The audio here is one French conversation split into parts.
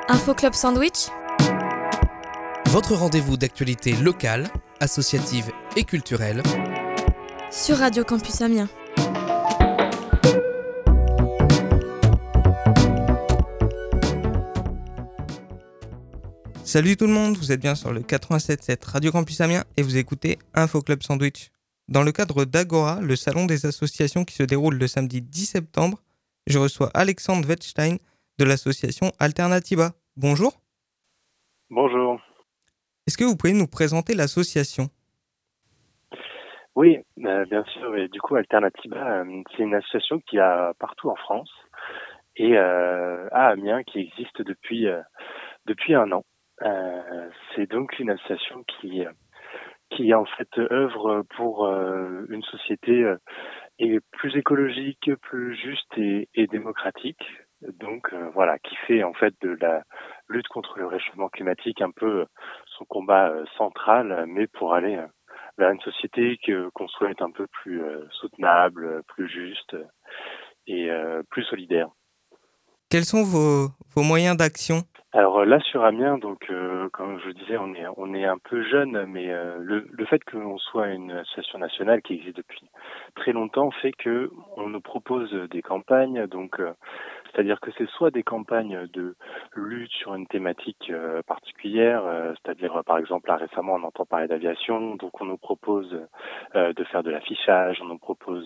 Info Club Sandwich, Votre rendez-vous d'actualité locale, associative et culturelle. sur Radio Campus Amiens. Salut tout le monde, vous êtes bien sur le 87.7 Radio Campus Amiens et vous écoutez Info Club Sandwich. Dans le cadre d'Agora, le salon des associations qui se déroule le samedi 10 septembre, je reçois Alexandre Wettstein de l'association Alternativa. Bonjour. Bonjour. Est-ce que vous pouvez nous présenter l'association ? Oui, bien sûr. Et du coup, Alternativa, c'est une association qui a partout en France et à Amiens qui existe depuis 1 an. C'est donc une association qui en fait œuvre pour une société plus écologique, plus juste et démocratique. Donc voilà, qui fait en fait de la lutte contre le réchauffement climatique un peu son combat central, mais pour aller vers une société qu'on souhaite un peu plus soutenable, plus juste et plus solidaire. Quels sont vos moyens d'action ? Alors là sur Amiens, donc comme je disais, on est un peu jeune, mais le fait que l'on soit une association nationale qui existe depuis très longtemps fait que on nous propose des campagnes, donc c'est-à-dire que c'est soit des campagnes de lutte sur une thématique particulière, c'est-à-dire par exemple là récemment on entend parler d'aviation, donc on nous propose de faire de l'affichage, on nous propose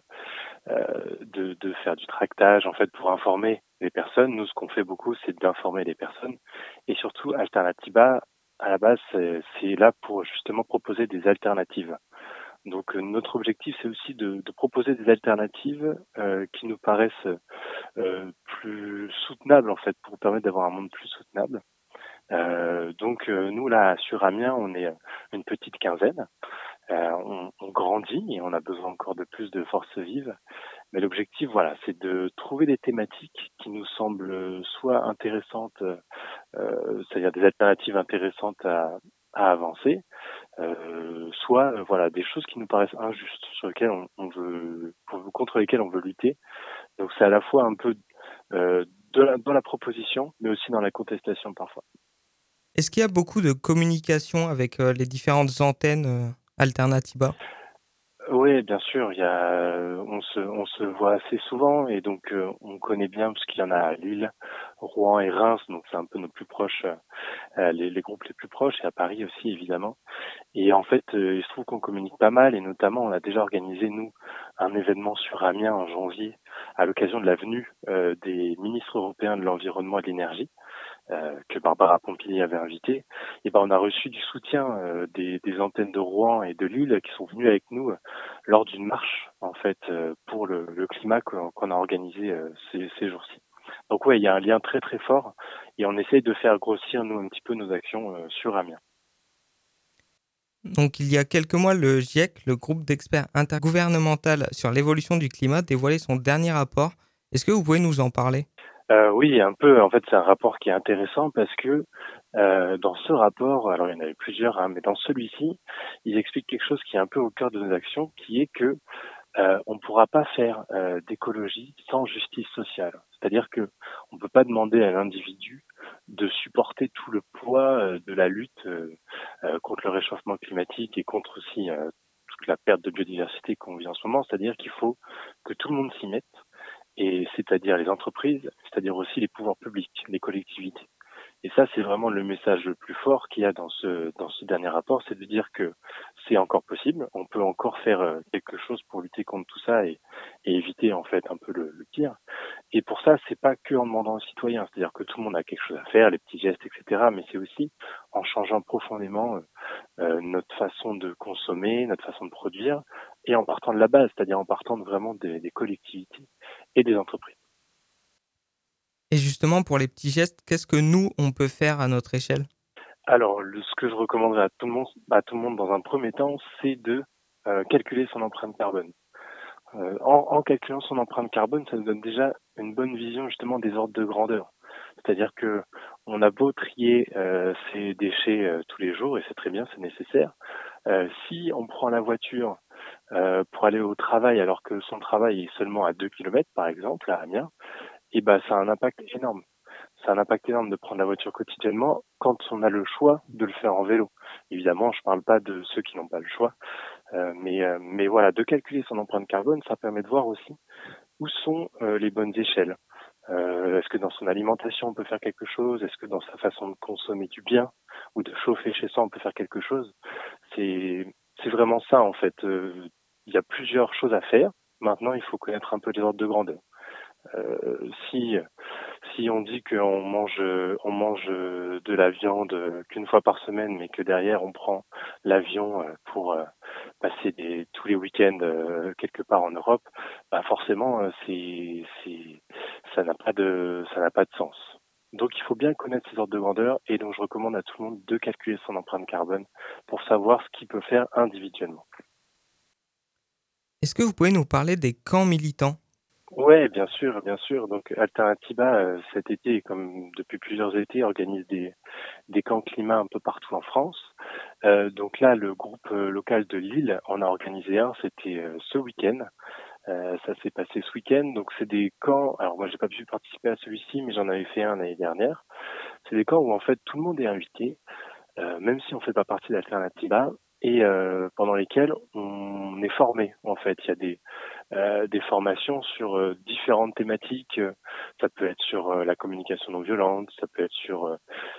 de faire du tractage en fait pour informer les personnes. Nous, ce qu'on fait beaucoup, c'est d'informer les personnes. Et surtout, Alternativa, à la base, c'est là pour justement proposer des alternatives. Donc, notre objectif, c'est aussi de proposer des alternatives qui nous paraissent plus soutenables, en fait, pour permettre d'avoir un monde plus soutenable. Donc, nous, là, sur Amiens, on est une petite quinzaine. On grandit et on a besoin encore de plus de forces vives. Mais l'objectif, voilà, c'est de trouver des thématiques qui nous semblent soit intéressantes, c'est-à-dire des alternatives intéressantes à avancer, soit voilà des choses qui nous paraissent injustes, sur lesquelles contre lesquelles on veut lutter. Donc c'est à la fois un peu dans la proposition, mais aussi dans la contestation parfois. Est-ce qu'il y a beaucoup de communication avec les différentes antennes Alternativa ? Oui, bien sûr, on se voit assez souvent et donc on connaît bien parce qu'il y en a à Lille, Rouen et Reims, donc c'est un peu nos plus proches, les groupes les plus proches, et à Paris aussi évidemment. Et en fait, il se trouve qu'on communique pas mal et notamment on a déjà organisé nous un événement sur Amiens en janvier à l'occasion de la venue des ministres européens de l'environnement et de l'énergie. Que Barbara Pompili avait invité, et ben on a reçu du soutien des antennes de Rouen et de Lille qui sont venues avec nous lors d'une marche en fait pour le climat qu'on a organisé ces jours-ci. Donc ouais, il y a un lien très très fort et on essaye de faire grossir nous un petit peu nos actions sur Amiens. Donc, il y a quelques mois, le GIEC, le groupe d'experts intergouvernemental sur l'évolution du climat, dévoilait son dernier rapport. Est-ce que vous pouvez nous en parler ? Oui, un peu. En fait, c'est un rapport qui est intéressant parce que dans ce rapport, alors il y en avait plusieurs, hein, mais dans celui-ci, ils expliquent quelque chose qui est un peu au cœur de nos actions, qui est que on ne pourra pas faire d'écologie sans justice sociale. C'est-à-dire que on ne peut pas demander à l'individu de supporter tout le poids de la lutte contre le réchauffement climatique et contre aussi toute la perte de biodiversité qu'on vit en ce moment. C'est-à-dire qu'il faut que tout le monde s'y mette, et c'est-à-dire les entreprises, c'est-à-dire aussi les pouvoirs publics, les collectivités. Et ça, c'est vraiment le message le plus fort qu'il y a dans ce dernier rapport, c'est de dire que c'est encore possible, on peut encore faire quelque chose pour lutter contre tout ça et éviter en fait un peu le pire. Et pour ça, c'est pas que en demandant aux citoyens, c'est-à-dire que tout le monde a quelque chose à faire, les petits gestes, etc. Mais c'est aussi en changeant profondément notre façon de consommer, notre façon de produire, et en partant de la base, c'est-à-dire en partant vraiment des collectivités et des entreprises. Et justement, pour les petits gestes, qu'est-ce que nous, on peut faire à notre échelle ? Alors, ce que je recommanderais à tout le monde dans un premier temps, c'est de calculer son empreinte carbone. En calculant son empreinte carbone, ça nous donne déjà une bonne vision justement des ordres de grandeur. C'est-à-dire que on a beau trier ces déchets tous les jours, et c'est très bien, c'est nécessaire. Si on prend la voiture pour aller au travail alors que son travail est seulement à 2 kilomètres, par exemple, à Amiens, et ben ça a un impact énorme. ça a un impact énorme de prendre la voiture quotidiennement quand on a le choix de le faire en vélo. Évidemment, je parle pas de ceux qui n'ont pas le choix, mais voilà, de calculer son empreinte carbone, ça permet de voir aussi où sont les bonnes échelles. Est-ce que dans son alimentation on peut faire quelque chose? Est-ce que dans sa façon de consommer du bien ou de chauffer chez soi on peut faire quelque chose? C'est vraiment ça en fait. Il y a plusieurs choses à faire. Maintenant, il faut connaître un peu les ordres de grandeur. Si on dit on mange de la viande qu'une fois par semaine, mais que derrière on prend l'avion pour passer tous les week-ends quelque part en Europe, bah forcément ça n'a pas de sens. Donc il faut bien connaître ces ordres de grandeur et donc je recommande à tout le monde de calculer son empreinte carbone pour savoir ce qu'il peut faire individuellement. Est-ce que vous pouvez nous parler des camps militants? Ouais, bien sûr, bien sûr. Donc Alternatiba cet été, comme depuis plusieurs étés, organise des camps climat un peu partout en France. Donc là, le groupe local de Lille en a organisé un, c'était ce week-end. Ça s'est passé ce week-end. Donc c'est des camps. Alors moi, j'ai pas pu participer à celui-ci, mais j'en avais fait un l'année dernière. C'est des camps où en fait tout le monde est invité, même si on fait pas partie d'Alternativa, et pendant lesquels on est formé. En fait, il y a des formations sur différentes thématiques. Ça peut être sur la communication non violente, ça peut être sur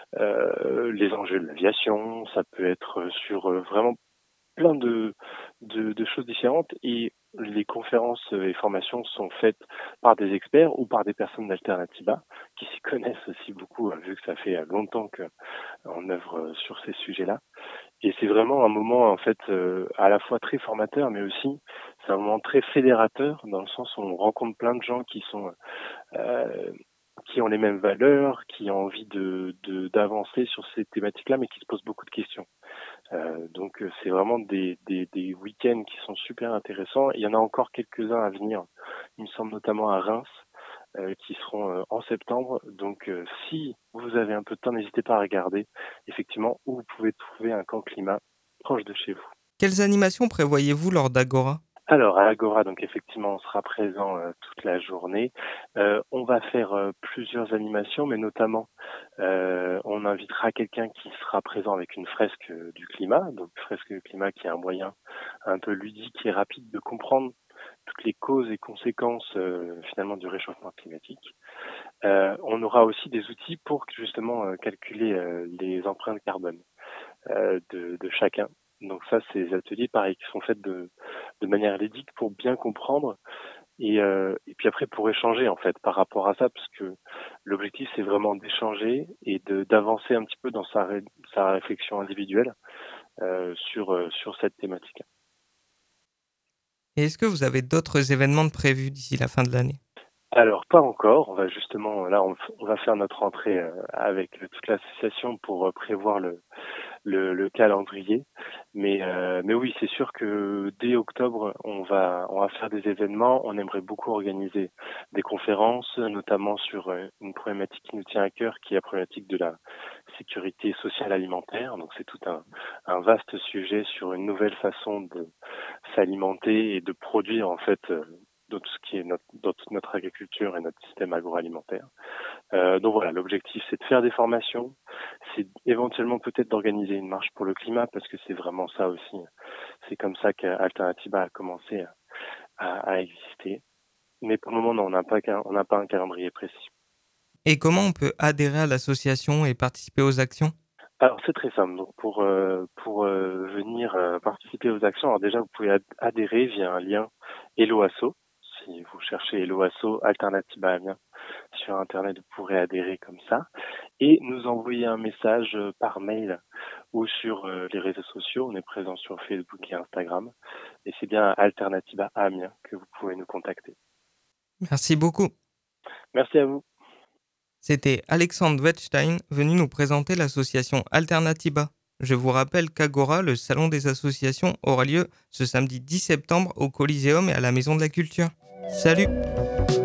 les enjeux de l'aviation, ça peut être sur vraiment plein de choses différentes, et les conférences et formations sont faites par des experts ou par des personnes d'Alternativa qui s'y connaissent aussi beaucoup, vu que ça fait longtemps qu'on œuvre sur ces sujets-là. Et c'est vraiment un moment en fait à la fois très formateur, mais aussi c'est un moment très fédérateur dans le sens où on rencontre plein de gens euh, qui ont les mêmes valeurs, qui ont envie d'avancer sur ces thématiques-là, mais qui se posent beaucoup de questions. Donc c'est vraiment des week-ends qui sont super intéressants. Il y en a encore quelques-uns à venir. Il me semble notamment à Reims, qui seront en septembre. Donc si vous avez un peu de temps, n'hésitez pas à regarder effectivement où vous pouvez trouver un camp climat proche de chez vous. Quelles animations prévoyez-vous lors d'Agora? Alors à Agora, donc effectivement, on sera présent toute la journée. On va faire plusieurs animations, mais notamment on invitera quelqu'un qui sera présent avec une fresque du climat. Donc fresque du climat qui est un moyen un peu ludique et rapide de comprendre toutes les causes et conséquences finalement du réchauffement climatique. On aura aussi des outils pour justement calculer les empreintes carbone de chacun. Donc ça, ces ateliers, pareil, qui sont faits de manière ludique pour bien comprendre et puis après pour échanger en fait par rapport à ça, parce que l'objectif c'est vraiment d'échanger et d'avancer un petit peu dans sa réflexion individuelle sur cette thématique. Et est-ce que vous avez d'autres événements de prévus d'ici la fin de l'année? Alors pas encore, on va justement là on va faire notre entrée avec toute l'association pour prévoir le calendrier, mais oui, c'est sûr que dès octobre on va faire des événements. On aimerait beaucoup organiser des conférences, notamment sur une problématique qui nous tient à cœur, qui est la problématique de la sécurité sociale alimentaire. Donc c'est tout un vaste sujet sur une nouvelle façon de s'alimenter et de produire en fait dans tout ce qui est dans toute notre agriculture et notre système agroalimentaire. Donc voilà, l'objectif c'est de faire des formations, c'est éventuellement peut-être d'organiser une marche pour le climat, parce que c'est vraiment ça aussi. C'est comme ça qu'Alternativa a commencé à exister. Mais pour le moment, non, on n'a pas un calendrier précis. Et comment on peut adhérer à l'association et participer aux actions? Alors c'est très simple. Donc pour venir participer aux actions, alors déjà vous pouvez adhérer via un lien Hello Asso. Si vous cherchez Hello Asso Alternativa Amiens sur internet, vous pourrez adhérer comme ça et nous envoyer un message par mail ou sur les réseaux sociaux. On est présent sur Facebook et Instagram, et c'est bien Alternativa Amiens que vous pouvez nous contacter. Merci beaucoup. Merci à vous. C'était Alexandre Wettstein venu nous présenter l'association Alternatiba. Je vous rappelle qu'Agora, le salon des associations, aura lieu ce samedi 10 septembre au Coliseum et à la Maison de la Culture. Salut!